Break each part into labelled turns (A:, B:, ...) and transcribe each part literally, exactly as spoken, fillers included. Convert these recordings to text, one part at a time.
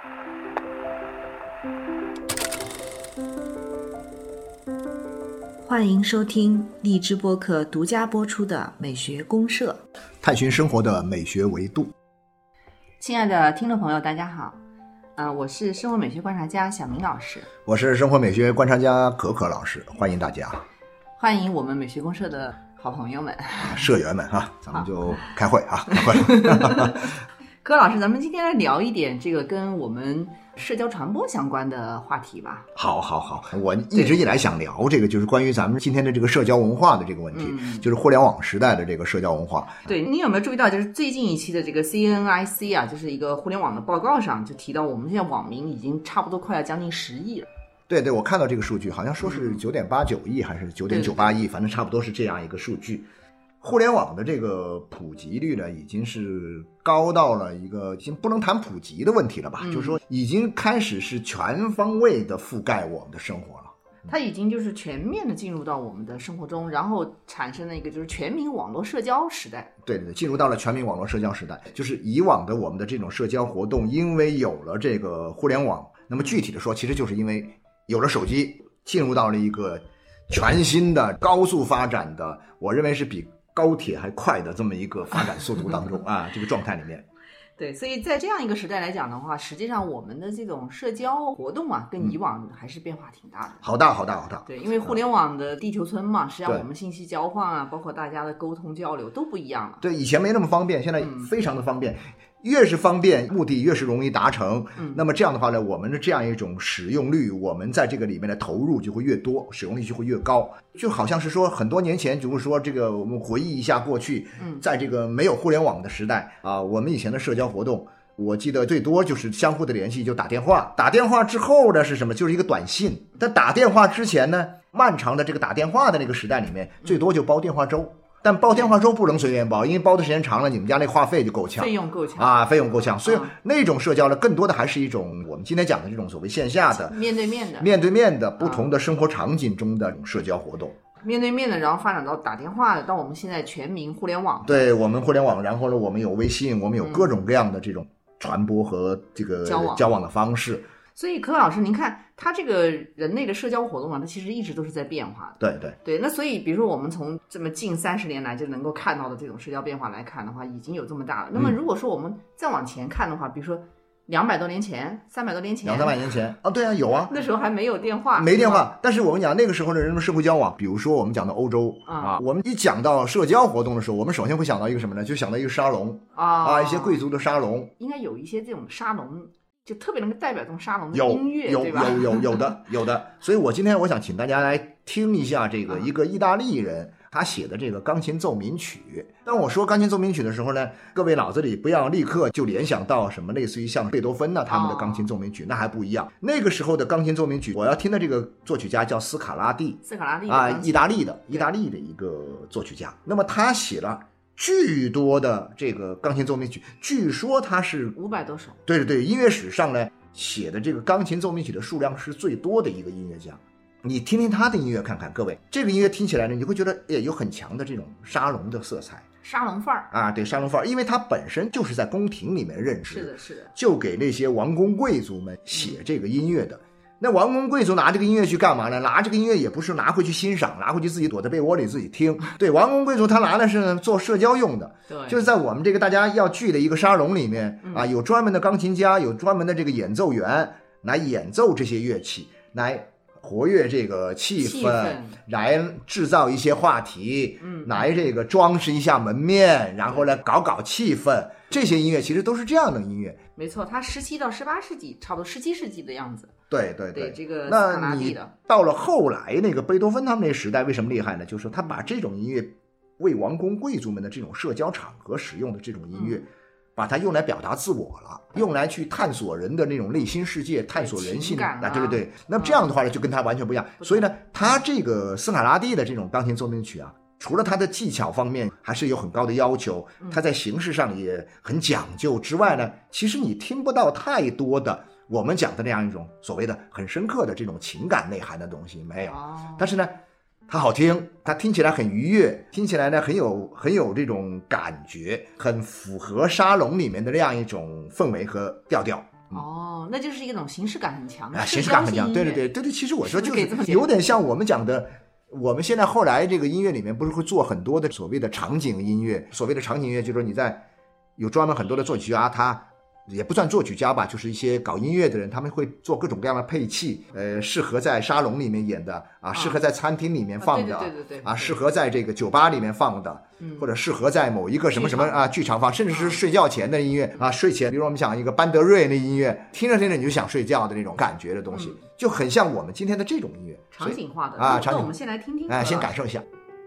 A: 欢迎收听荔枝播客独家播出的美学公社，
B: 探寻生活的美学维度。
C: 亲爱的听众朋友大家好，呃，我是生活美学观察家小明老师，
B: 我是生活美学观察家可可老师，欢迎大家，
C: 欢迎我们美学公社的好朋友们、
B: 社员们哈，咱们就开会啊，开会。
C: 柯老师，咱们今天来聊一点这个跟我们社交传播相关的话题吧。
B: 好好好，我一直以来想聊这个，就是关于咱们今天的这个社交文化的这个问题、嗯、就是互联网时代的这个社交文化。
C: 对，你有没有注意到，就是最近一期的这个 C N I C 啊，就是一个互联网的报告上就提到，我们现在网民已经差不多快要将近十亿了。
B: 对对，我看到这个数据，好像说是九点八九亿还是九点九八亿，反正差不多是这样一个数据。互联网的这个普及率呢，已经是高到了一个已经不能谈普及的问题了吧、嗯、就是说已经开始是全方位的覆盖我们的生活了。
C: 它已经就是全面的进入到我们的生活中，然后产生了一个就是全民网络社交时代。
B: 对对对，进入到了全民网络社交时代。就是以往的我们的这种社交活动，因为有了这个互联网，那么具体的说，其实就是因为有了手机，进入到了一个全新的高速发展的，我认为是比高铁还快的这么一个发展速度当中啊，这个状态里面。
C: 对，所以在这样一个时代来讲的话，实际上我们的这种社交活动啊，跟以往还是变化挺大的。嗯、
B: 好大好大好大。
C: 对，因为互联网的地球村嘛，实际上我们信息交换啊，包括大家的沟通交流都不一样了。
B: 对，以前没那么方便，现在非常的方便。嗯，越是方便，目的越是容易达成。嗯，那么这样的话呢，我们的这样一种使用率，我们在这个里面的投入就会越多，使用率就会越高。就好像是说，很多年前，就是说这个我们回忆一下过去，嗯，在这个没有互联网的时代啊，我们以前的社交活动，我记得最多就是相互的联系，就打电话。打电话之后呢是什么？就是一个短信。但打电话之前呢，漫长的这个打电话的那个时代里面，最多就包电话粥。但包电话粥不能随便包，因为包的时间长了，你们家那话费就够呛，
C: 费用够呛
B: 啊，费用够呛。所以那种社交呢，更多的还是一种我们今天讲的这种所谓线下的、
C: 面对面的、
B: 面对面的不同的生活场景中的社交活动。
C: 面对面的，然后发展到打电话，到我们现在全民互联网。
B: 对，我们互联网，然后呢，我们有微信，我们有各种各样的这种传播和这个交往交往的方式。
C: 所以柯老师您看他这个人类的社交活动啊，它其实一直都是在变化的。
B: 对对
C: 对，那所以比如说我们从这么近三十年来就能够看到的这种社交变化来看的话，已经有这么大了。那么如果说我们再往前看的话，比如说两百多年前、三百多年前、
B: 两三百年前啊，对啊，有啊，
C: 那时候还没有电话，
B: 没电话。但是我跟你讲，那个时候的人们社会交往，比如说我们讲的欧洲、嗯、啊，我们一讲到社交活动的时候，我们首先会想到一个什么呢？就想到一个沙龙啊，啊，一些贵族的沙龙，
C: 应该有一些这种沙龙。就特别能够代表这种沙龙的音乐，
B: 有
C: 对吧？
B: 有有有的有的，所以我今天我想请大家来听一下这个一个意大利人他写的这个钢琴奏鸣曲。当我说钢琴奏鸣曲的时候呢，各位脑子里不要立刻就联想到什么类似于像贝多芬呐他们的钢琴奏鸣曲，那还不一样。那个时候的钢琴奏鸣曲，我要听的这个作曲家叫斯卡拉蒂，
C: 斯卡拉蒂
B: 啊，意大利的意大利的一个作曲家。那么他写了巨多的这个钢琴奏鸣曲，据说他是
C: 五百多首。
B: 对对对，音乐史上呢写的这个钢琴奏鸣曲的数量是最多的一个音乐家。你听听他的音乐看看，各位，这个音乐听起来呢，你会觉得也有很强的这种沙龙的色彩，
C: 沙龙范儿
B: 啊，对，沙龙范儿，因为他本身就是在宫廷里面任职，
C: 是的，是的，
B: 就给那些王公贵族们写这个音乐的。嗯，那王公贵族拿这个音乐去干嘛呢？拿这个音乐也不是拿回去欣赏，拿回去自己躲在被窝里自己听。对，王公贵族他拿的是做社交用的，
C: 对，
B: 就是在我们这个大家要聚的一个沙龙里面、嗯、啊，有专门的钢琴家，有专门的这个演奏员来演奏这些乐器，来活跃这个气 氛, 气氛来制造一些话题，嗯，来这个装饰一下门面，然后来搞搞气氛。这些音乐其实都是这样的音乐。
C: 没错，它十七到十八世纪，差不多十七世纪的样子。
B: 对对
C: 对, 对，这个
B: 那你到了后来那个贝多芬他们那个时代，为什么厉害呢？就是说他把这种音乐为王公贵族们的这种社交场合使用的这种音乐、嗯，把它用来表达自我了，用来去探索人的那种内心世界，探索人性
C: 啊，
B: 对对对。那么这样的话呢，就跟他完全不一样。所以呢，他这个斯卡拉蒂的这种钢琴奏鸣曲啊，除了他的技巧方面还是有很高的要求，他在形式上也很讲究之外呢，其实你听不到太多的我们讲的那样一种所谓的很深刻的这种情感内涵的东西，没有。但是呢，它好听，它听起来很愉悦，听起来呢很有很有这种感觉，很符合沙龙里面的那样一种氛围和调调。 嗯、
C: 哦，那就是一种形式感很强的、
B: 啊，形式感很强，对对对对对，其实我说就是有点像我们讲的。我们现在后来这个音乐里面不是会做很多的所谓的场景音乐，所谓的场景音乐就是说你在有专门很多的作曲家，他也不算作曲家吧，就是一些搞音乐的人，他们会做各种各样的配器，呃，适合在沙龙里面演的啊，适合在餐厅里面放的，
C: 啊、对对对对
B: 啊，适合在这个酒吧里面放的，
C: 嗯、
B: 或者适合在某一个什么什么啊剧场放，甚至是睡觉前的音乐啊，睡前，比如我们讲一个班德瑞的音乐，听着听着你就想睡觉的那种感觉的东西，嗯、就很像我们今天的这种音乐，
C: 场景化的
B: 啊，
C: 那我们先来听听，
B: 哎，先感受一下。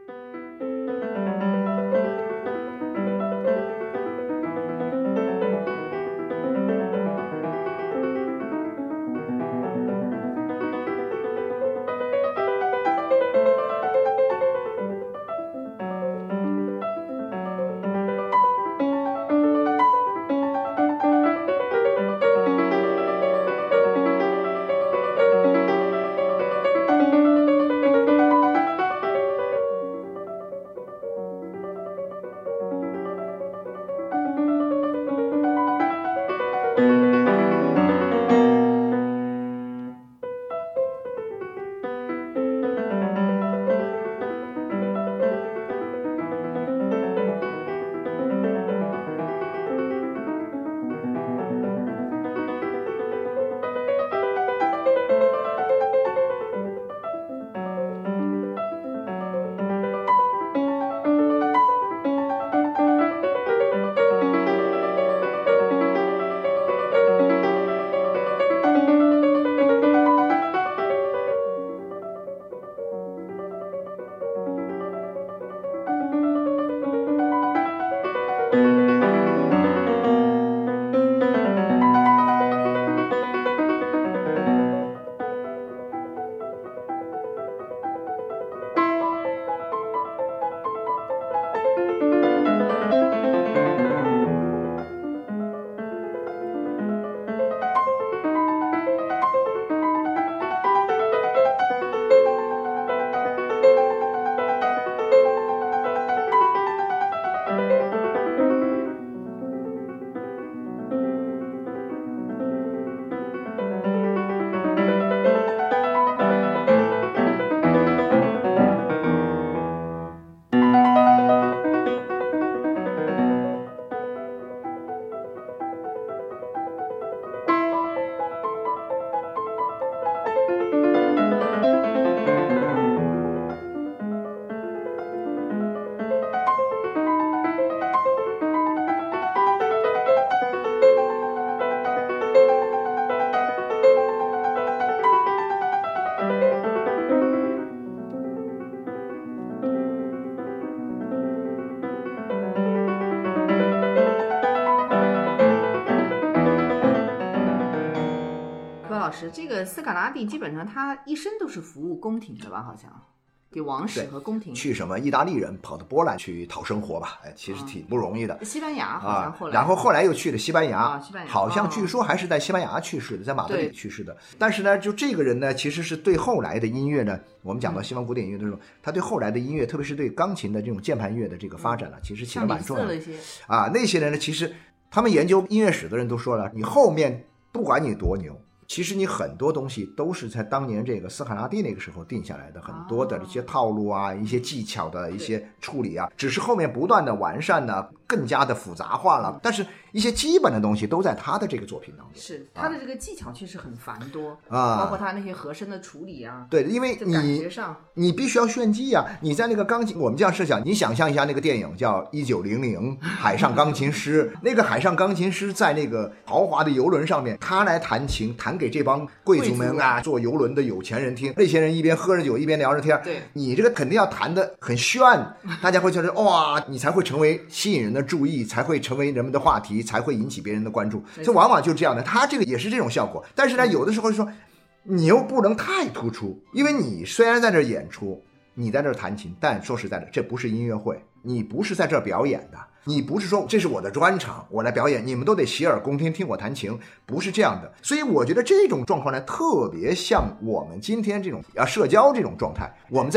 C: 老师，这个斯卡拉蒂基本上他一生都是服务宫廷的吧？好像给王室和宫廷。
B: 去什么意大利人跑到波兰去讨生活吧？哎，其实挺不容易的。
C: 啊、西班牙好像后来、
B: 啊，然后后来又去了西班牙，
C: 啊、西班牙
B: 好像据说还是在西班牙去世的，在马德里去世的。但是呢，就这个人呢，其实是对后来的音乐呢，我们讲到西方古典音乐的时候，嗯、他对后来的音乐，特别是对钢琴的这种键盘乐的这个发展呢，其实起了蛮重要的。啊，那些人呢，其实他们研究音乐史的人都说了，你后面不管你多牛。其实你很多东西都是在当年这个斯卡拉蒂那个时候定下来的，很多的一些套路啊，一些技巧的一些处理啊，只是后面不断的完善呢，更加的复杂化了。但是一些基本的东西都在他的这个作品当中。
C: 是他的这个技巧确实很繁多
B: 啊，
C: 包括他那些和声的处理啊。
B: 对，因为你
C: 感觉上
B: 你必须要炫技啊！你在那个钢琴，我们这样设想，你想象一下那个电影叫《一九零零海上钢琴师》，那个海上钢琴师在那个豪华的游轮上面，他来弹琴，弹给这帮贵族们啊，坐游轮的有钱人听。那些人一边喝着酒，一边聊着天。
C: 对，
B: 你这个肯定要弹得很炫，大家会觉得哇，你才会成为吸引人的注意，才会成为人们的话题，才会引起别人的关注。这往往就是这样的，他这个也是这种效果。但是呢，有的时候说你又不能太突出，因为你虽然在这演出，你在这弹琴，但说实在的，这不是音乐会，你不是在这表演的，你不是说这是我的专场，我来表演，你们都得洗耳恭听，听我弹琴，不是这样的。所以我觉得这种状况呢，特别像我们今天这种啊社交这种状态。我们在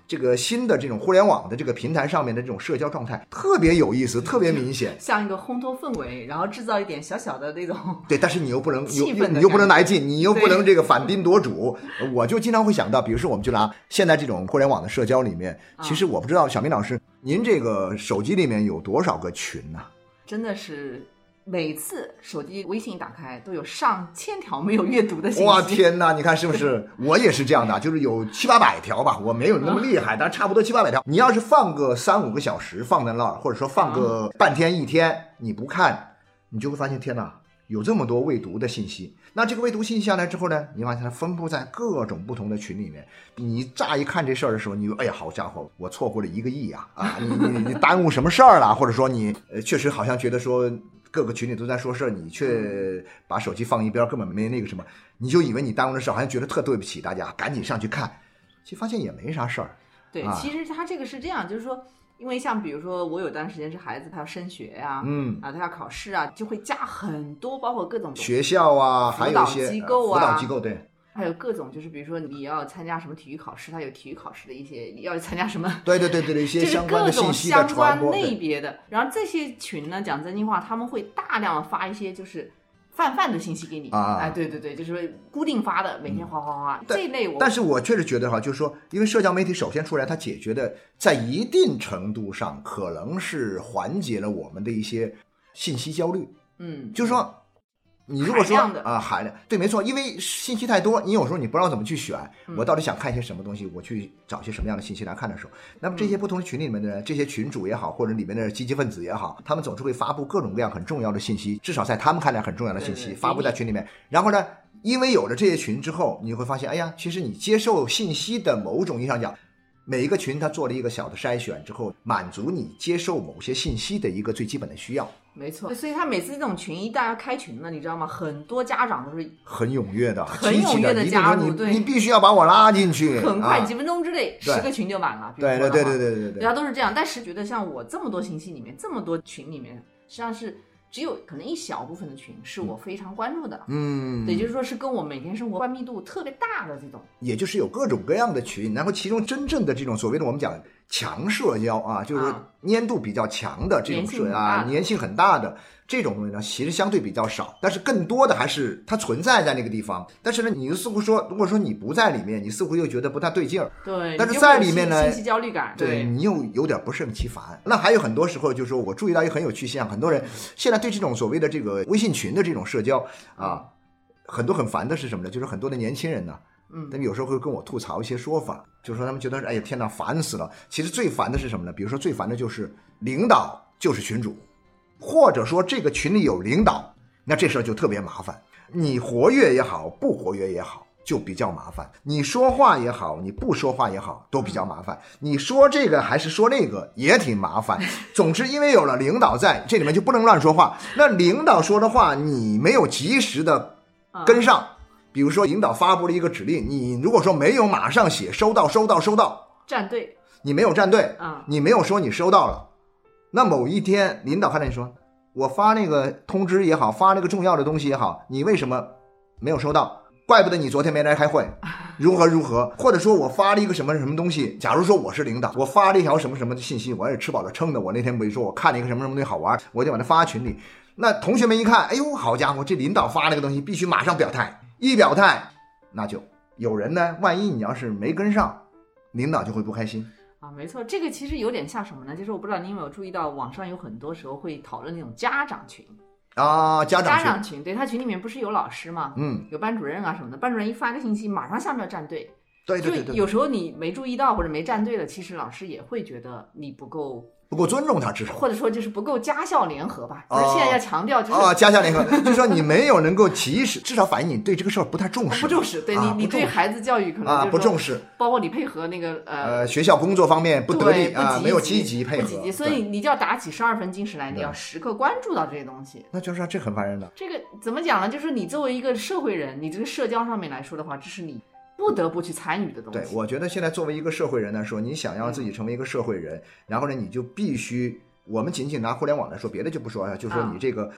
B: 这个新的这种互联网的这个平台上面的这种社交状态特别有意思，特别明显，
C: 像一个烘托氛围，然后制造一点小小的那种
B: 对，但是你又不能
C: 气氛的
B: 你又不能来劲，你又不能这个反宾夺主。我就经常会想到，比如说我们就拿现在这种互联网的社交里面，其实我不知道小明老师，您这个手机里面有多少个群呢？
C: 真的是。每次手机微信打开都有上千条没有阅读的信息。
B: 哇天哪，你看是不是？我也是这样的，就是有七八百条吧，我没有那么厉害，但差不多七八百条。你要是放个三五个小时放在那儿，或者说放个半天一天，你不看，你就会发现天哪，有这么多未读的信息。那这个未读信息下来之后呢，你发现它分布在各种不同的群里面。你乍一看这事儿的时候，你哎呀，好家伙，我错过了一个亿啊！啊，你你你耽误什么事儿了？或者说你呃，确实好像觉得说。各个群里都在说事儿，你却把手机放一边，根本没那个什么，你就以为你耽误的事，好像觉得特对不起大家，赶紧上去看，其实发现也没啥事儿。
C: 对，啊、其实他这个是这样，就是说，因为像比如说我有段时间是孩子他要升学呀、啊，嗯啊，他要考试啊，就会加很多，包括各种
B: 学校啊，还有一些
C: 机构
B: 啊，辅导机构对。
C: 还有各种，就是比如说你要参加什么体育考试，它有体育考试的一些，要参加什么，
B: 对对对对，一些相关的信息
C: 的传播，类别的。然后这些群呢，讲真心话，他们会大量的发一些就是泛泛的信息给你啊，哎，对对对，就是固定发的，每天哗哗哗、嗯、这一类我。
B: 但是我确实觉得哈，就是说，因为社交媒体首先出来，它解决的在一定程度上可能是缓解了我们的一些信息焦虑，嗯，就是说。你如果说啊海量，对，没错，因为信息太多，你有时候你不知道怎么去选，嗯、我到底想看一些什么东西，我去找些什么样的信息来看的时候，那么这些不同的群里面的人，这些群主也好，或者里面的积极分子也好，他们总是会发布各种各样很重要的信息，至少在他们看来很重要的信息，对对对，发布在群里面。然后呢，因为有了这些群之后，你会发现，哎呀，其实你接受信息的某种意义上讲。每一个群它做了一个小的筛选之后，满足你接受某些信息的一个最基本的需要。
C: 没错，所以他每次这种群一大家开群了，你知道吗？很多家长都是
B: 很踊跃的，
C: 很踊跃的加入，对，
B: 你必须要把我拉进去，
C: 很快、啊、几分钟之内十个群就满了。
B: 对对对对对对对，
C: 大家都是这样。但是觉得像我这么多信息里面，这么多群里面，实际上是。只有可能一小部分的群是我非常关注的，嗯，也就是说是跟我每天生活关密度特别大的这种，
B: 也就是有各种各样的群，然后其中真正的这种所谓的我们讲强社交啊，就是粘度比较强的这种社啊，粘性很大的这种东西呢，其实相对比较少，但是更多的还是它存在在那个地方。但是呢，你似乎说，如果说你不在里面，你似乎又觉得不太对劲儿，
C: 对，
B: 但是在里面呢，
C: 信息焦虑感，
B: 对, 对你又有点不胜其烦。那还有很多时候，就是说我注意到一个很有趣现象，很多人现在对这种所谓的这个微信群的这种社交啊，很多很烦的是什么呢？就是很多的年轻人呢。嗯，他们有时候会跟我吐槽一些说法，就是说他们觉得哎呀天哪，烦死了。其实最烦的是什么呢？比如说最烦的就是领导就是群主，或者说这个群里有领导，那这事儿就特别麻烦。你活跃也好，不活跃也好，就比较麻烦。你说话也好，你不说话也好，都比较麻烦。你说这个还是说那个也挺麻烦。总之，因为有了领导在，这里面就不能乱说话。那领导说的话，你没有及时的跟上。比如说领导发布了一个指令，你如果说没有马上写收到收到收到，
C: 站队，
B: 你没有站队，嗯，你没有说你收到了，那某一天领导看到你说，我发那个通知也好，发那个重要的东西也好，你为什么没有收到？怪不得你昨天没来开会，如何如何，或者说我发了一个什么什么东西，假如说我是领导，我发了一条什么什么的信息，我也吃饱了撑的，我那天不是说我看了一个什么什么东西好玩，我就把它发群里，那同学们一看，哎呦好家伙，这领导发那个东西必须马上表态，一表态那就有人呢，万一你要是没跟上，领导就会不开心
C: 啊。没错，这个其实有点像什么呢？就是我不知道你有没有注意到，网上有很多时候会讨论那种家长群
B: 啊，家长
C: 群，家长群，对，他群里面不是有老师吗？嗯，有班主任啊什么的，班主任一发个信息，马上下面站队。
B: 对对对对，
C: 有时候你没注意到或者没站队了，其实老师也会觉得你不够。
B: 不够尊重他，至少
C: 或者说就是不够家校联合吧。就是现在要强调，就是
B: 啊，家校联合，就是说你没有能够及时，至少反映你对这个事儿不太重视，
C: 不重视。对你，
B: 啊、
C: 你对孩子教育可能
B: 啊不重视，
C: 包括你配合那个呃
B: 呃学校工作方面不得力啊，没有积极配合，
C: 所以你就要打起十二分精神来，你要时刻关注到这些东西。
B: 那就是说这很烦人的。
C: 这个怎么讲呢？就是你作为一个社会人，你这个社交上面来说的话，这是你不得不去参与的东西。
B: 对，我觉得现在作为一个社会人来说，你想要自己成为一个社会人，嗯、然后呢，你就必须。我们仅仅拿互联网来说，别的就不说啊，就说你这个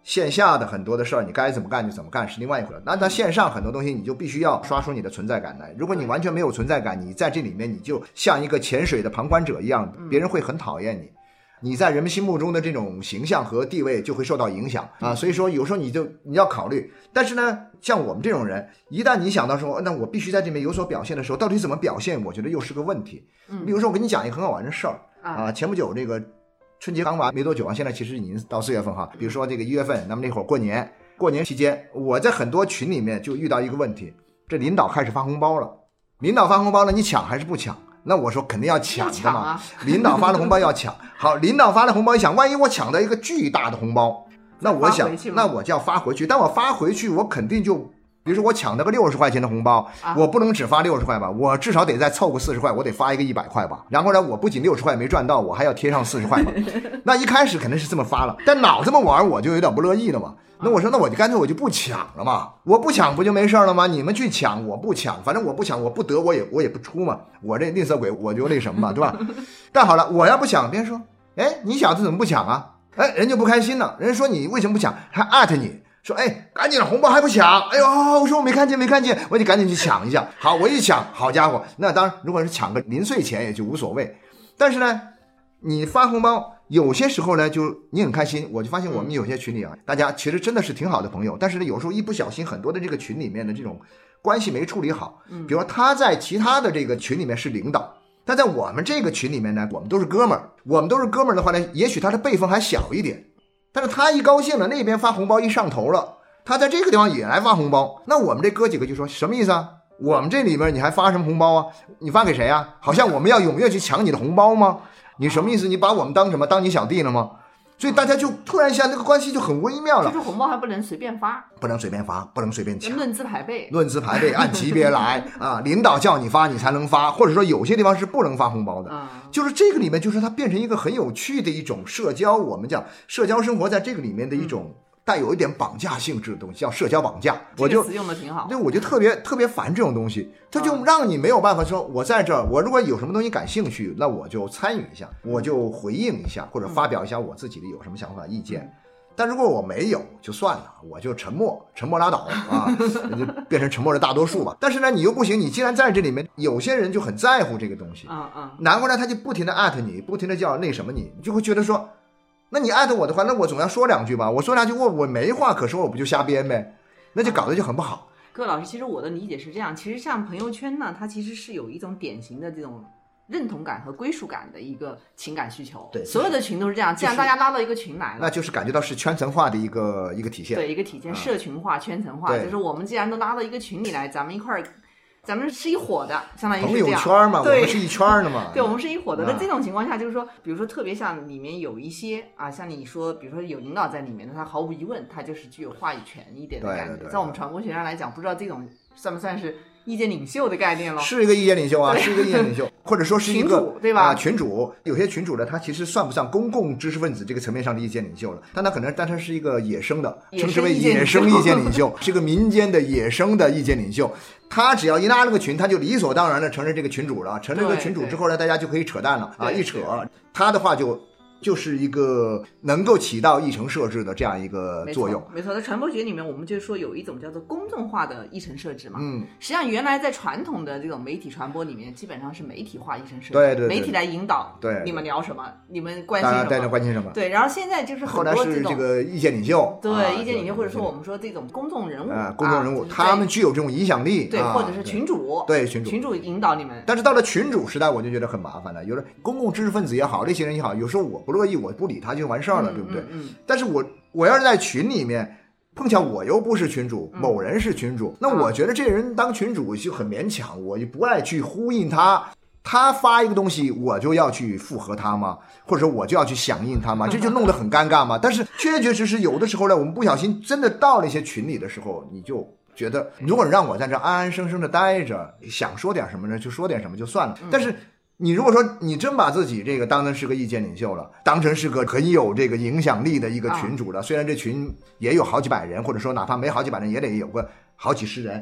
B: 线下的很多的事儿，你该怎么干就怎么干是另外一回事。那它线上很多东西，你就必须要刷出你的存在感来。如果你完全没有存在感，你在这里面你就像一个潜水的旁观者一样，别人会很讨厌你。你在人们心目中的这种形象和地位就会受到影响啊，所以说有时候你就你要考虑。但是呢，像我们这种人，一旦你想到说，那我必须在这边有所表现的时候，到底怎么表现，我觉得又是个问题。比如说我跟你讲一个很好玩的事儿啊，前不久这个春节刚完没多久啊，现在其实已经到四月份哈。比如说这个一月份，那么那会儿过年，过年期间，我在很多群里面就遇到一个问题，这领导开始发红包了，领导发红包了，你抢还是不抢？那我说肯定要抢的嘛，
C: 啊、
B: 领导发的红包要抢。好，领导发的红包一想，万一我抢到一个巨大的红包，那我想，那我就要发回去。但我发回去，我肯定就，比如说我抢到个六十块钱的红包，啊、我不能只发六十块吧，我至少得再凑个四十块，我得发一个一百块吧。然后呢，我不仅六十块没赚到，我还要贴上四十块吧。那一开始肯定是这么发了，但老这么玩，我就有点不乐意了嘛。那我说，那我就干脆我就不抢了嘛，我不抢不就没事了吗？你们去抢，我不抢，反正我不抢，我不得我也我也不出嘛，我这吝啬鬼我就那什么嘛，对吧？但好了，我要不抢，别人说，哎，你小子怎么不抢啊？哎，人就不开心了，人家说你为什么不抢，还艾特你说，哎，赶紧的红包还不抢？哎呦，我说我没看见没看见，我得赶紧去抢一下。好，我一抢，好家伙，那当然如果是抢个零碎钱也就无所谓，但是呢，你发红包。有些时候呢，就你很开心，我就发现我们有些群里啊，大家其实真的是挺好的朋友，但是呢，有时候一不小心，很多的这个群里面的这种关系没处理好。比如说他在其他的这个群里面是领导，但在我们这个群里面呢，我们都是哥们儿，我们都是哥们儿的话呢，也许他的辈分还小一点，但是他一高兴了，那边发红包一上头了，他在这个地方也来发红包，那我们这哥几个就说什么意思啊？我们这里面你还发什么红包啊？你发给谁啊？好像我们要踊跃去抢你的红包吗？你什么意思？你把我们当什么？当你小弟了吗？所以大家就突然一下那个关系就很微妙了。
C: 就是红包还不能随便发，
B: 不能随便发，不能随便抢，
C: 论资排辈，
B: 论资排辈，按级别来啊！领导叫你发，你才能发，或者说有些地方是不能发红包的。嗯、就是这个里面，就是它变成一个很有趣的一种社交，我们讲社交生活在这个里面的一种。嗯带有一点绑架性质的东西，叫社交绑架，我就
C: 这个词用的挺好。
B: 对，我就特别特别烦这种东西，它就让你没有办法说，我在这儿，我如果有什么东西感兴趣，那我就参与一下，我就回应一下，或者发表一下我自己的有什么想法意见。但如果我没有，就算了，我就沉默，沉默拉倒啊，就变成沉默的大多数吧。但是呢，你又不行，你既然在这里面，有些人就很在乎这个东西，
C: 啊啊，
B: 难过呢，他就不停的艾特你，不停的叫那什么你，你就会觉得说。那你艾特我的话，那我总要说两句吧。我说两句，我我没话可说，我不就瞎编呗？那就搞得就很不好。
C: 各位老师，其实我的理解是这样，其实像朋友圈呢，它其实是有一种典型的这种认同感和归属感的一个情感需求。
B: 对，
C: 所有的群都是这样。既然大家拉到一个群来了，
B: 那就是感觉到是圈层化的一个一个体现。
C: 对，一个体现，社群化、圈层化，就是我们既然都拉到一个群里来，咱们一块儿。咱们是一伙的，相当于是这样。
B: 朋友圈嘛，我们是一圈的嘛。
C: 对，我们是一伙的。在这种情况下，就是说，比如说，特别像里面有一些啊，像你说，比如说有领导在里面的，他毫无疑问，他就是具有话语权一点的感觉。
B: 对对对，
C: 在我们传播学上来讲，不知道这种算不算是意见领袖的概念了？
B: 是一个意见领袖啊，是一个意见领袖，或者说是一个
C: 群主，对吧？
B: 啊，群主，有些群主呢，他其实算不上公共知识分子这个层面上的意见领袖了，但他可能，但他是一个野生的，称之为野生意见领袖，是个民间的野生的意见领袖。他只要一拉了个群，他就理所当然的承认这个群主了。承认这个群主之后呢，大家就可以扯淡了啊！一扯，他的话就就是一个能够起到议程设置的这样一个作用。
C: 没错，在传播学里面，我们就说有一种叫做公众化的议程设置嘛。嗯，实际上原来在传统的这种媒体传播里面，基本上是媒体化议程设置，
B: 对对对，
C: 媒体来引导，
B: 对，
C: 你们聊什么，你们关心什么，
B: 大家关心什么，
C: 对。然后现在就是很多这种
B: 后来是这个意见领袖，
C: 对、
B: 啊、
C: 意见领袖，或者说我们说这种公众人物，
B: 啊、公众人物、
C: 啊，
B: 他们具有这种影响力，
C: 对，
B: 啊、
C: 或者是群主，
B: 对群主，
C: 群主引导你们。
B: 但是到了群主时代，我就觉得很麻烦了。有的公共知识分子也好，那些人也好，有时候我不乐意，我不理他就完事儿了，
C: 嗯、
B: 对不对？
C: 嗯嗯。
B: 但是我我要是在群里面。碰巧我又不是群主，某人是群主，嗯、那我觉得这人当群主就很勉强，我就不爱去呼应他。他发一个东西，我就要去附和他吗？或者说我就要去响应他吗？这就弄得很尴尬嘛。但是确确实实有的时候呢，我们不小心真的到了一些群里的时候，你就觉得，如果让我在这安安生生的待着，想说点什么呢，就说点什么就算了。但是你如果说你真把自己这个当成是个意见领袖了，当成是个很有这个影响力的一个群主了，虽然这群也有好几百人，或者说哪怕没好几百人，也得有个好几十人。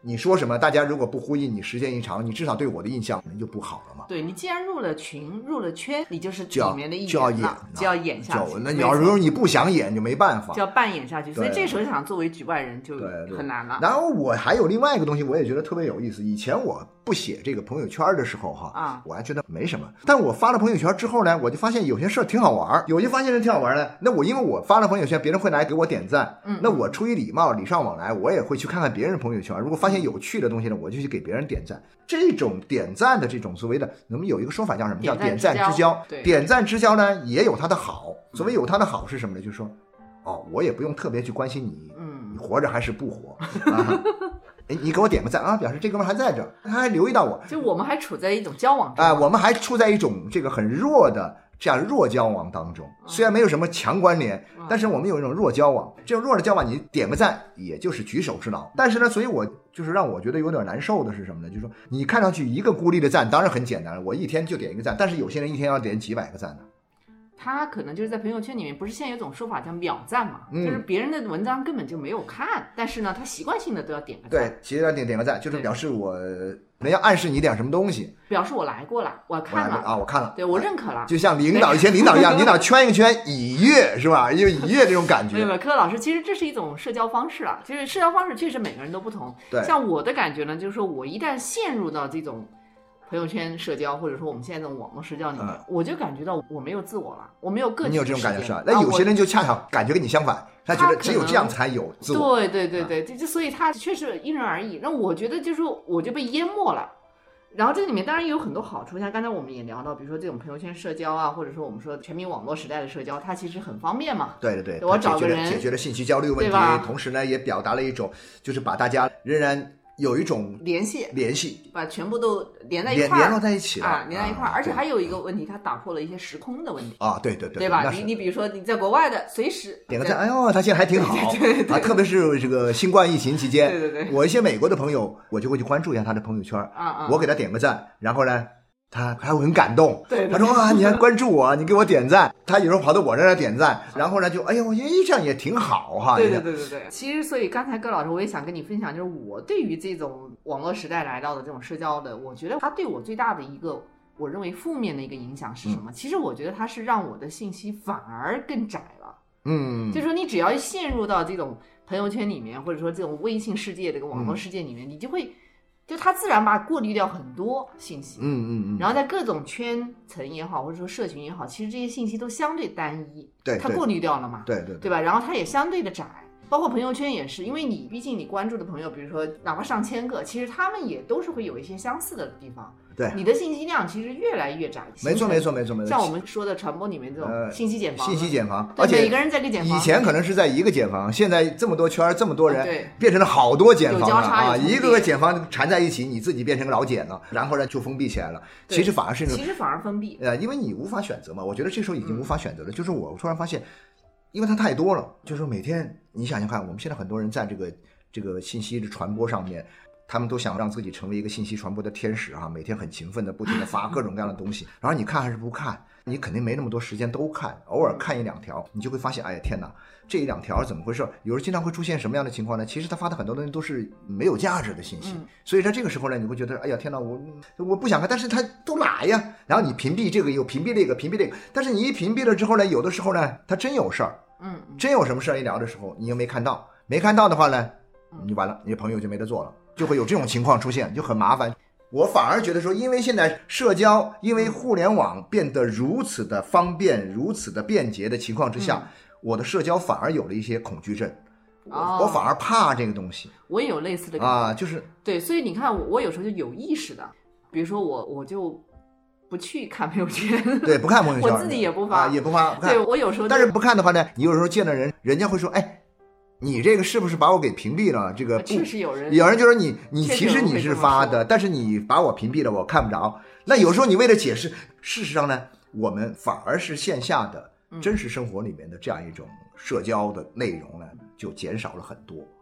B: 你说什么，大家如果不呼应你，时间一长，你至少对我的印象可能就不好了嘛。
C: 对，你既然入了群，入了圈，你就是里面的一员
B: 就要演，
C: 就要演下去。
B: 那你要如果你不想演，就没办法，
C: 就要扮演下去。所以这时候想作为局外人就很难了。
B: 然后我还有另外一个东西，我也觉得特别有意思。以前我不写这个朋友圈的时候哈，啊，我还觉得没什么。但我发了朋友圈之后呢，我就发现有些事儿挺好玩，有些发现人挺好玩的。那我因为我发了朋友圈，别人会来给我点赞，嗯，那我出于礼貌，礼尚往来，我也会去看看别人朋友圈。如果发现有趣的东西呢，我就去给别人点赞。这种点赞的这种所谓的，我们有一个说法叫什么？叫点赞之交。点赞之交呢，也有它的好。所谓有它的好是什么呢？就是说，哦，我也不用特别去关心你，嗯，你活着还是不活啊？哎，你给我点个赞啊，表示这哥们还在这儿，他还留意到我。
C: 就我们还处在一种交往
B: 啊、呃，我们还处在一种这个很弱的这样弱交往当中。虽然没有什么强关联，嗯、但是我们有一种弱交往。这种弱的交往，你点个赞，也就是举手之劳。但是呢，所以我就是让我觉得有点难受的是什么呢？就是说，你看上去一个孤立的赞，当然很简单了，我一天就点一个赞，但是有些人一天要点几百个赞呢。
C: 他可能就是在朋友圈里面，不是现在有种说法叫秒赞嘛、嗯，就是别人的文章根本就没有看，但是呢，他习惯性的都要点个赞。
B: 对，习惯点点个赞，就是表示我人要暗示你点什么东西，
C: 表示我来过了，我看了
B: 啊，我看了，
C: 对我认可了。
B: 就像领导以前领导一样，领导圈一个圈以悦是吧？就以悦这种感觉。
C: 没有，柯老师，其实这是一种社交方式啊。其实社交方式确实每个人都不同。
B: 对，
C: 像我的感觉呢，就是说我一旦陷入到这种朋友圈社交，或者说我们现在这种网络社交里面、嗯，我就感觉到我没有自我了，我没有个体。
B: 你有这种感觉是吧？那有些人就恰巧感觉跟你相反，他觉得只有这样才有自我。
C: 对对对对，这、嗯、所以他确实因人而异。那我觉得就是我就被淹没了。然后这里面当然也有很多好处，像刚才我们也聊到，比如说这种朋友圈社交啊，或者说我们说全民网络时代的社交，它其实很方便嘛。
B: 对对对，
C: 我找个人
B: 解决了信息焦虑问题，同时呢也表达了一种就是把大家仍然有一种
C: 联系
B: 联系，
C: 把全部都连在一块儿，
B: 联络在一起了
C: 啊，连在一块儿、啊。而且还有一个问题，它打破了一些时空的问题
B: 啊，对对对，
C: 对吧？你你比如说你在国外的，随时
B: 点个赞，哎呦，他现在还挺好，
C: 对对对对
B: 啊，特别是这个新冠疫情期间，
C: 对对对，
B: 我一些美国的朋友，我就会去关注一下他的朋友圈啊啊，我给他点个赞，然后呢。他还会很感动，
C: 对对对，
B: 他说啊，你还关注我，你给我点赞。他有时候跑到我这儿来点赞，然后呢，就哎呦，哎，这样也挺好哈。
C: 对对对对对。其实，所以刚才葛老师我也想跟你分享，就是我对于这种网络时代来到的这种社交的，我觉得它对我最大的一个，我认为负面的一个影响是什么？嗯、其实我觉得它是让我的信息反而更窄了。嗯，就是说你只要陷入到这种朋友圈里面，或者说这种微信世界这个网络世界里面，嗯、你就会。就他自然把过滤掉很多信息，
B: 嗯嗯嗯，
C: 然后在各种圈层也好，或者说社群也好，其实这些信息都相对单一，
B: 对，
C: 他过滤掉了嘛，
B: 对 对 对,
C: 对吧？然后它也相对的窄，包括朋友圈也是，因为你毕竟你关注的朋友，比如说哪怕上千个，其实他们也都是会有一些相似的地方。
B: 对，
C: 你的信息量其实越来越窄。
B: 没错没错没错没错。
C: 像我们说的传播里面这种信息茧房、呃，
B: 信息茧房，而且
C: 每个人在一个茧房。
B: 以前可能是在一个茧房，现在这么多圈这么多人，
C: 对，
B: 变成了好多茧房了啊！
C: 一
B: 个个茧房缠在一起，你自己变成个老茧了，然后呢就封闭起来了。其实反而是
C: 其实反而封闭。
B: 呃，因为你无法选择嘛，我觉得这时候已经无法选择了。嗯、就是我突然发现，因为它太多了，就是说每天你想想看，我们现在很多人在这个这个信息的传播上面。他们都想让自己成为一个信息传播的天使啊，每天很勤奋的不停的发各种各样的东西，然后你看还是不看，你肯定没那么多时间都看，偶尔看一两条，你就会发现，哎呀天哪，这一两条怎么回事？有时候经常会出现什么样的情况呢？其实他发的很多东西都是没有价值的信息，嗯、所以在这个时候呢，你会觉得，哎呀天哪，我我不想看，但是他都来呀，然后你屏蔽这个又屏蔽那个，屏蔽那个，但是你一屏蔽了之后呢，有的时候呢，他真有事儿，嗯，真有什么事儿一聊的时候，你又没看到，没看到的话呢，你完了，你的朋友就没得做了。就会有这种情况出现，就很麻烦。我反而觉得说，因为现在社交，因为互联网变得如此的方便、如此的便捷的情况之下，嗯、我的社交反而有了一些恐惧症。哦、我反而怕这个东西。
C: 我也有类似的感觉
B: 啊，就是
C: 对，所以你看我，我有时候就有意识的，比如说我，我就不去看朋友圈，
B: 对，不看朋友圈，
C: 我自己也不发，
B: 啊、也不发，不看。
C: 对，我有时候，
B: 但是不看的话呢，你有时候见到人，人家会说，哎。你这个是不是把我给屏蔽了？这个
C: 确实有人，
B: 有人就说你你其实你是发的，但是你把我屏蔽了，我看不着。那有时候你为了解释，事实上呢，我们反而是线下的真实生活里面的这样一种社交的内容呢，就减少了很多。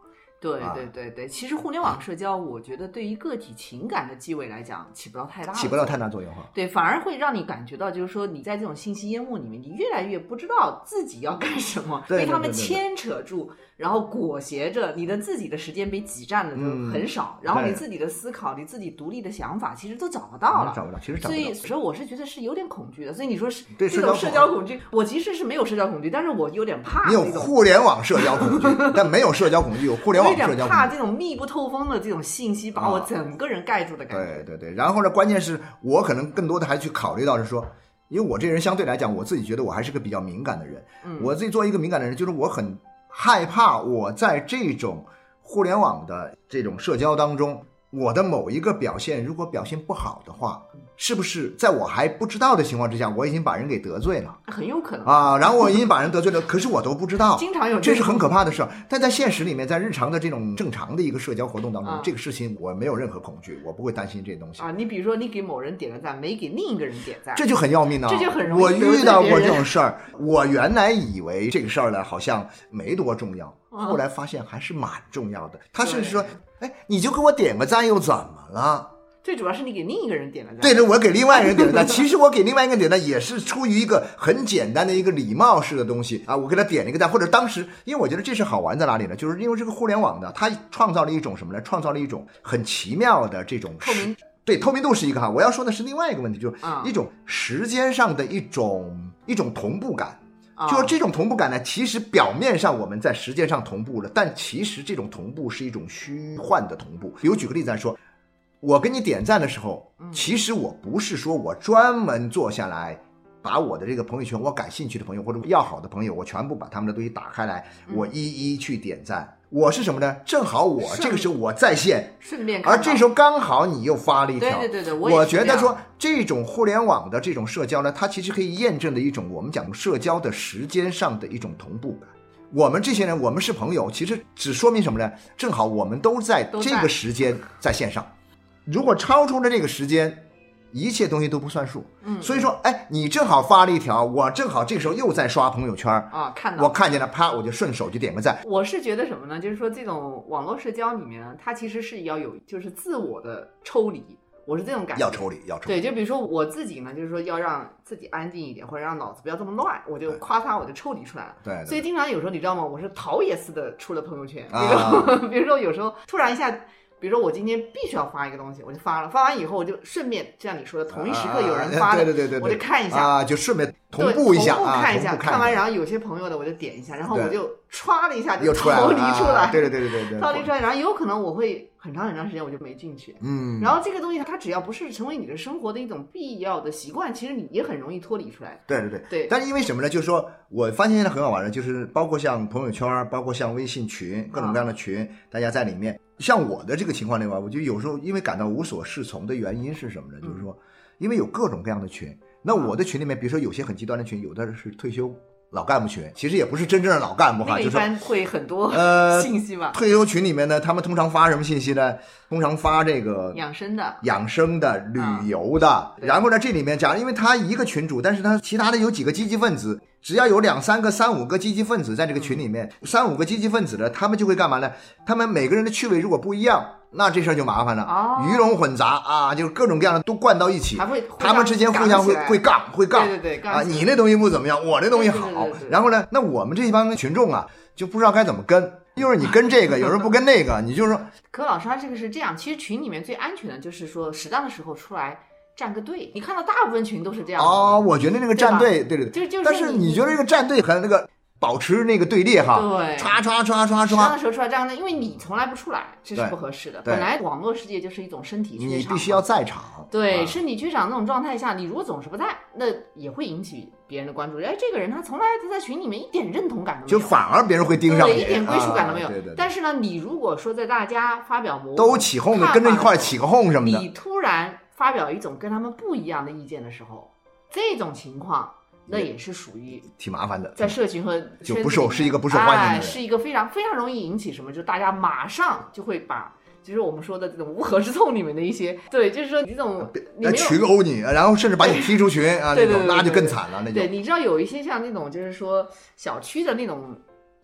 C: 对对对对，其实互联网社交，我觉得对于个体情感的积累来讲，起不到太大的
B: 起不到太大作用哈。
C: 对，反而会让你感觉到，就是说你在这种信息淹没里面，你越来越不知道自己要干什么，
B: 对对对对对，
C: 被他们牵扯住，然后裹挟着，你的自己的时间被挤占的就很少，嗯、然后你自己的思考、你自己独立的想法，其实都找不到了，
B: 嗯、找不到，其实找不到。
C: 所以，所以我是觉得是有点恐惧的。所以你说是
B: 对
C: 这种社交恐惧，我其实是没有社交恐惧，但是我有点怕。
B: 你有互联网社交恐惧，但没有社交恐惧，有互联网社交恐惧。
C: 有点怕这种密不透风的这种信息把我整个人盖住的感觉。
B: 啊、对对对，然后呢，关键是我可能更多的还去考虑到是说，因为我这人相对来讲，我自己觉得我还是个比较敏感的人。嗯，我自己作为一个敏感的人，就是我很害怕我在这种互联网的这种社交当中，我的某一个表现如果表现不好的话，是不是在我还不知道的情况之下，我已经把人给得罪了？
C: 很有可能
B: 啊，然后我已经把人得罪了，可是我都不知道，
C: 经常有
B: 这是很可怕的事。但在现实里面，在日常的这种正常的一个社交活动当中，啊、这个事情我没有任何恐惧，我不会担心这些东西
C: 啊。你比如说，你给某人点个赞，没给另一个人点赞，
B: 这就很要命啊！
C: 这就很容易。
B: 我遇到过这种事儿，我原来以为这个事儿呢好像没多重要，后来发现还是蛮重要的。他甚至说：“哎，你就给我点个赞又怎么了？”
C: 最主要是你给另一个人点了赞，
B: 对的，我给另外一个人点了赞。其实我给另外一个人点赞也是出于一个很简单的一个礼貌式的东西啊，我给他点了一个赞，或者当时，因为我觉得这是好玩在哪里呢？就是因为这个互联网的，它创造了一种什么呢？创造了一种很奇妙的这种
C: 透明，
B: 对，透明度是一个哈。我要说的是另外一个问题，就是一种时间上的一种一种同步感。就这种同步感呢，其实表面上我们在时间上同步了，但其实这种同步是一种虚幻的同步。比如举个例子来说，我给你点赞的时候，其实我不是说我专门坐下来把我的这个朋友圈，我感兴趣的朋友或者要好的朋友，我全部把他们的东西打开来，我一一去点赞。我是什么呢？正好我这个时候我在线，
C: 顺便，
B: 而这时候刚好你又发了一条，
C: 对对对对，我,
B: 我觉得说这种互联网的这种社交呢，它其实可以验证的一种我们讲社交的时间上的一种同步感。我们这些人，我们是朋友，其实只说明什么呢？正好我们都在这个时间在线上，如果超出了这个时间，一切东西都不算数。嗯，所以说，哎，你正好发了一条，我正好这个时候又在刷朋友圈
C: 啊，看到
B: 我看见了，啪，我就顺手就点个赞。
C: 我是觉得什么呢？就是说，这种网络社交里面呢，它其实是要有就是自我的抽离。我是这种感觉，
B: 要抽离，要抽离。
C: 对，就比如说我自己呢，就是说要让自己安静一点，或者让脑子不要这么乱，我就夸他，我就抽离出来了。
B: 对, 对。
C: 所以经常有时候你知道吗？我是逃也似的出了朋友圈，比如说，啊、比如说有时候突然一下。比如说我今天必须要发一个东西，我就发了，发完以后我就顺便像你说的，同一时刻有人发的，
B: 啊、对对对对，
C: 我就看一下
B: 啊，就顺便同步一下，
C: 同步看一下，
B: 啊、
C: 看完然后有些朋友的我就点一下，然后我就歘了一下就逃离出来，
B: 啊、对对对对对对，
C: 逃离出来，然后有可能我会很长很长时间我就没进去，
B: 嗯，
C: 然后这个东西它只要不是成为你的生活的一种必要的习惯，其实你也很容易脱离出来。
B: 对对对
C: 对，
B: 但是因为什么呢？就是说我发现现在很好玩的，就是包括像朋友圈，包括像微信群，各种各样的群，啊、大家在里面。像我的这个情况的话，我就有时候因为感到无所适从的原因是什么呢？嗯、就是说，因为有各种各样的群，那我的群里面，比如说有些很极端的群，有的是退休老干部群，其实也不是真正的老干部哈，
C: 一般会很多
B: 呃
C: 信息吧。
B: 退休群里面呢，他们通常发什么信息呢？通常发这个
C: 养生的、
B: 养生的、旅游的。啊、然后呢，这里面假如因为他一个群主，但是他其他的有几个积极分子，只要有两三个、三五个积极分子在这个群里面，嗯、三五个积极分子呢，他们就会干嘛呢？他们每个人的趣味如果不一样，那这事儿就麻烦了，
C: 哦、
B: 鱼龙混杂啊，就是各种各样的都灌到一起，
C: 还会
B: 他们之间互相会会杠会杠，
C: 对对对，
B: 啊，你那东西不怎么样，我那东西好，
C: 对对对对对，
B: 然后呢，那我们这帮群众啊，就不知道该怎么跟。一会儿你跟这个，有时候不跟那个，你就说。
C: 可老师他这个是这样，其实群里面最安全的就是说，适当的时候出来站个队。你看到大部分群都是这样。
B: 哦，我觉得那个站队，对对
C: 对，就
B: 但是你觉得这个站队和那个保持那个队列哈，
C: 对，
B: 刷刷刷刷刷，
C: 适当的时候出来这样的，因为你从来不出来，这是不合适的。本来网络世界就是一种身体缺场，
B: 你必须要在场。
C: 对，
B: 啊、
C: 身体缺场那种状态下，你如果总是不在，那也会引起别人的关注。哎，这个人他从来他在群里面一点认同感都没有，
B: 就反而别人会盯上你，
C: 一点归属感都没有。
B: 啊、对对对，
C: 但是呢，你如果说在大家发表模
B: 都起哄的，跟着一块起个哄什么的，
C: 你突然发表一种跟他们不一样的意见的时候，这种情况。那也是属于
B: 挺麻烦的，
C: 在社群和
B: 就不受是一个不受欢迎的人、
C: 哎，是一个非常非常容易引起什么，就大家马上就会把，就是我们说的这种乌合之众里面的一些，对，就是说这种
B: 来群殴你，然后甚至把你踢出群啊，那种那就更惨了，那就
C: 对，你知道有一些像那种就是说小区的那种。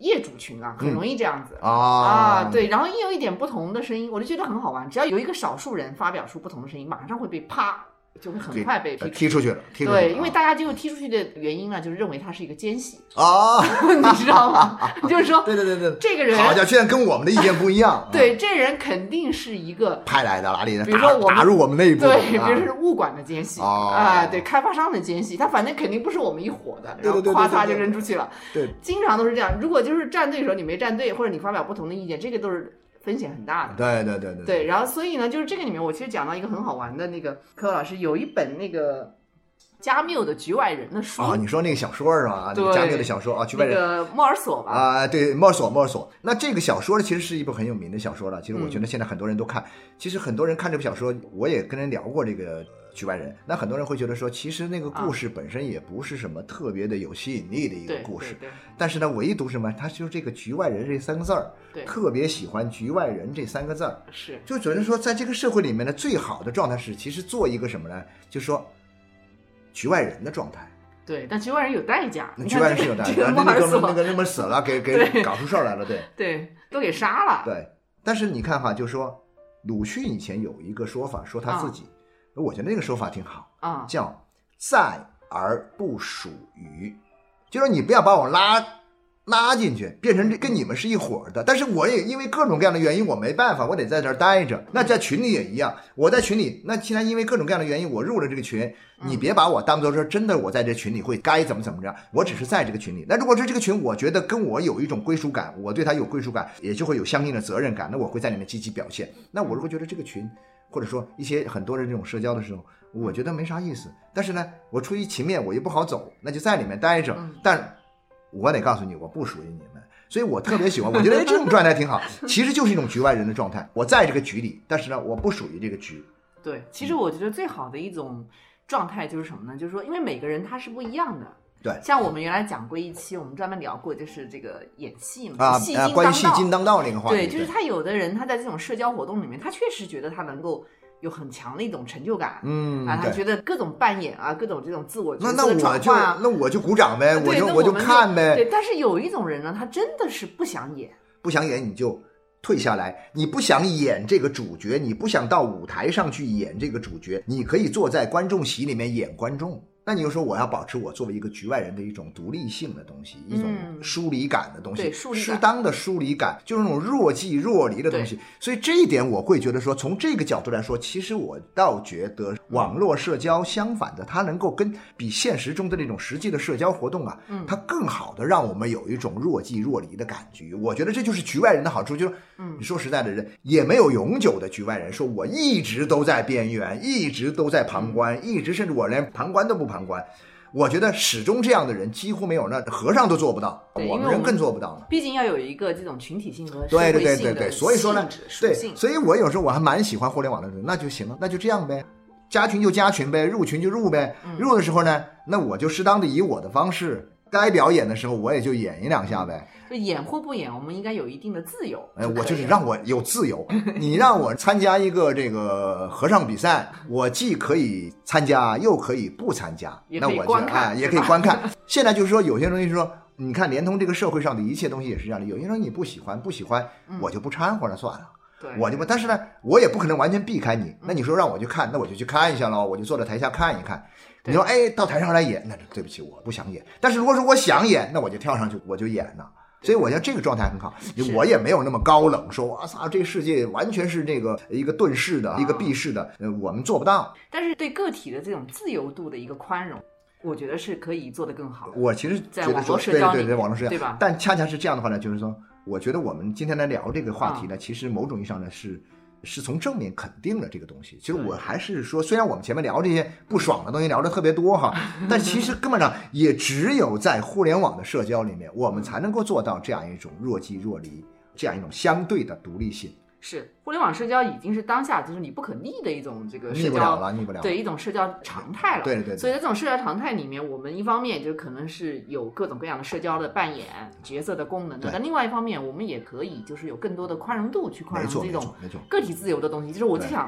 C: 业主群啊，很容易这样子、
B: 嗯、啊
C: 啊，对，然后一有一点不同的声音，我就觉得很好玩。只要有一个少数人发表出不同的声音，马上会被啪。就会很快被
B: 踢出去了，踢出去了。
C: 对，因为大家就踢出去的原因呢，就是认为他是一个奸细
B: 啊，
C: 你知道吗？就是说，
B: 对对对对，
C: 这个人
B: 好家伙，现在跟我们的意见不一样。
C: 对，这人肯定是一个
B: 派来的，哪里的？
C: 比如说我
B: 打入我们内部，
C: 对，比如说是物管的奸细
B: 啊，
C: 对，开发商的奸细，他反正肯定不是我们一伙的，
B: 然
C: 后夸嚓就扔出去了。
B: 对，
C: 经常都是这样。如果就是站队的时候你没站队，或者你发表不同的意见，这个都是风险很大的。
B: 对对对对
C: 对，然后所以呢，就是这个里面我其实讲到一个很好玩的那个，柯老师有一本那个加缪的《局外人》的书
B: 啊，你说那个小说是吧？
C: 对，
B: 那个加缪的小说啊，《局外人》
C: 那个莫尔索吧？
B: 啊，对，莫尔索，莫尔索。那这个小说呢，其实是一部很有名的小说了。其实我觉得现在很多人都看，嗯、其实很多人看这部小说，我也跟人聊过这个。局外人，那很多人会觉得说，其实那个故事本身也不是什么特别的有吸引力的一个故事，
C: 对对对
B: 但是呢，唯独什么，他就这个局外人这三个字儿，特别喜欢局外人这三个字儿，
C: 是，
B: 就觉得说，在这个社会里面的最好的状态是，其实做一个什么呢？就是说，局外人的状态。
C: 对，但局外人有代价，
B: 局外人是有代价，这个、那个那个那么死了，给给搞出事儿来了，对
C: 对，都给杀了。
B: 对，但是你看哈，就说鲁迅以前有一个说法，说他自己。啊我觉得那个说法挺好
C: 啊、嗯，
B: 叫在而不属于，就是你不要把我拉拉进去，变成跟你们是一伙的。但是我也因为各种各样的原因，我没办法，我得在这儿待着。那在群里也一样，我在群里，那既然因为各种各样的原因我入了这个群，你别把我当作说真的我在这群里会该怎么怎么着，我只是在这个群里。那如果是这个群，我觉得跟我有一种归属感，我对他有归属感，也就会有相应的责任感，那我会在里面积极表现。那我如果觉得这个群。或者说一些很多人这种社交的时候，我觉得没啥意思。但是呢，我出于情面，我又不好走，那就在里面待着。但我得告诉你，我不属于你们，所以我特别喜欢。我觉得这种状态挺好，其实就是一种局外人的状态。我在这个局里，但是呢，我不属于这个局。
C: 对，其实我觉得最好的一种状态就是什么呢？就是说，因为每个人他是不一样的。
B: 对，
C: 像我们原来讲过一期，我们专门聊过，就是这个演戏嘛，
B: 啊，
C: 戏精当道，
B: 关于戏精当道那个话题。
C: 对，就是他有的人他在这种社交活动里面，他确实觉得他能够有很强的一种成就感，
B: 嗯
C: 啊，他觉得各种扮演啊，各种这种自我角
B: 色
C: 的转换啊，
B: 那那我就那我就鼓掌呗，我就
C: 我
B: 就看呗。
C: 对，但是有一种人呢，他真的是不想演，
B: 不想演你就退下来，你不想演这个主角，你不想到舞台上去演这个主角，你可以坐在观众席里面演观众。那你就说我要保持我作为一个局外人的一种独立性的东西，一种疏离感的东西，
C: 对，疏离感，
B: 适当的疏离感，就是那种若即若离的东西。所以这一点我会觉得说，从这个角度来说，其实我倒觉得网络社交相反的，它能够跟比现实中的那种实际的社交活动啊，
C: 嗯，
B: 它更好的让我们有一种若即若离的感觉。我觉得这就是局外人的好处，就是
C: 嗯，
B: 你说实在的人也没有永久的局外人，说我一直都在边缘，一直都在旁观，一直甚至我连旁观都不旁观。我觉得始终这样的人几乎没有，那和尚都做不到，我们人更做不到呢。
C: 毕竟要有一个这种群体性和社
B: 会性的
C: 对对
B: 对对对，所以说呢，对，所以我有时候我还蛮喜欢互联网的人，那就行了，那就这样呗，加群就加群呗，入群就入呗。
C: 嗯、
B: 入的时候呢，那我就适当的以我的方式，该表演的时候我也就演一两下呗。
C: 就演或不演，我们应该有一定的自由。
B: 哎，我就是让我有自由。你让我参加一个这个和尚比赛，我既可以参加，又可以不参加，
C: 那我就
B: 哎，也可以观看。现在就是说，有些东西说，你看，连同这个社会上的一切东西也是这样的。有些人你不喜欢，不喜欢，我就不掺和了，算了。
C: 对，
B: 我就不，但是呢，我也不可能完全避开你。那你说让我去看，那我就去看一下喽，我就坐在台下看一看。你说，哎，到台上来演，那对不起，我不想演。但是如果说我想演，那我就跳上去，我就演呢。所以我觉得这个状态很好，我也没有那么高冷，说哇操，这个世界完全是这个一个遁世的，一个避世的，呃，我们做不到。
C: 但是对个体的这种自由度的一个宽容，我觉得是可以做得更好的。
B: 我其实
C: 在网络社交里，
B: 对对对，网络社交，
C: 对吧？
B: 但恰恰是这样的话呢，就是说，我觉得我们今天来聊这个话题呢，嗯、其实某种意义上呢是。是从正面肯定了这个东西。其实我还是说，虽然我们前面聊这些不爽的东西聊得特别多哈，但其实根本上也只有在互联网的社交里面，我们才能够做到这样一种若即若离，这样一种相对的独立性。
C: 是，互联网社交已经是当下就是你不可逆的一种这个社交，
B: 逆不了了，逆不了了，
C: 对一种社交常态了。
B: 对对对。
C: 所以在这种社交常态里面，我们一方面就可能是有各种各样的社交的扮演角色的功能的，但另外一方面，我们也可以就是有更多的宽容度去宽容这种个体自由的东西。就是我就想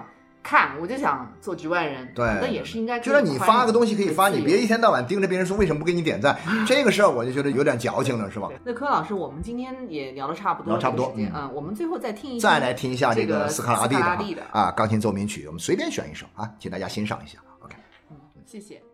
C: 看，我就想做局外人，
B: 对，
C: 那也是应该。
B: 就是你发个东西可以发，你别一天到晚盯着别人说为什么不给你点赞，这个事儿我就觉得有点矫情了，是吧？
C: 那柯老师，我们今天也聊得差不多，
B: 聊差不多，
C: 嗯，嗯，我们最后再听一
B: 再来听一下这个斯卡拉蒂的
C: 的
B: 啊钢琴奏鸣曲，我们随便选一首啊，请大家欣赏一下。OK，
C: 嗯，谢谢。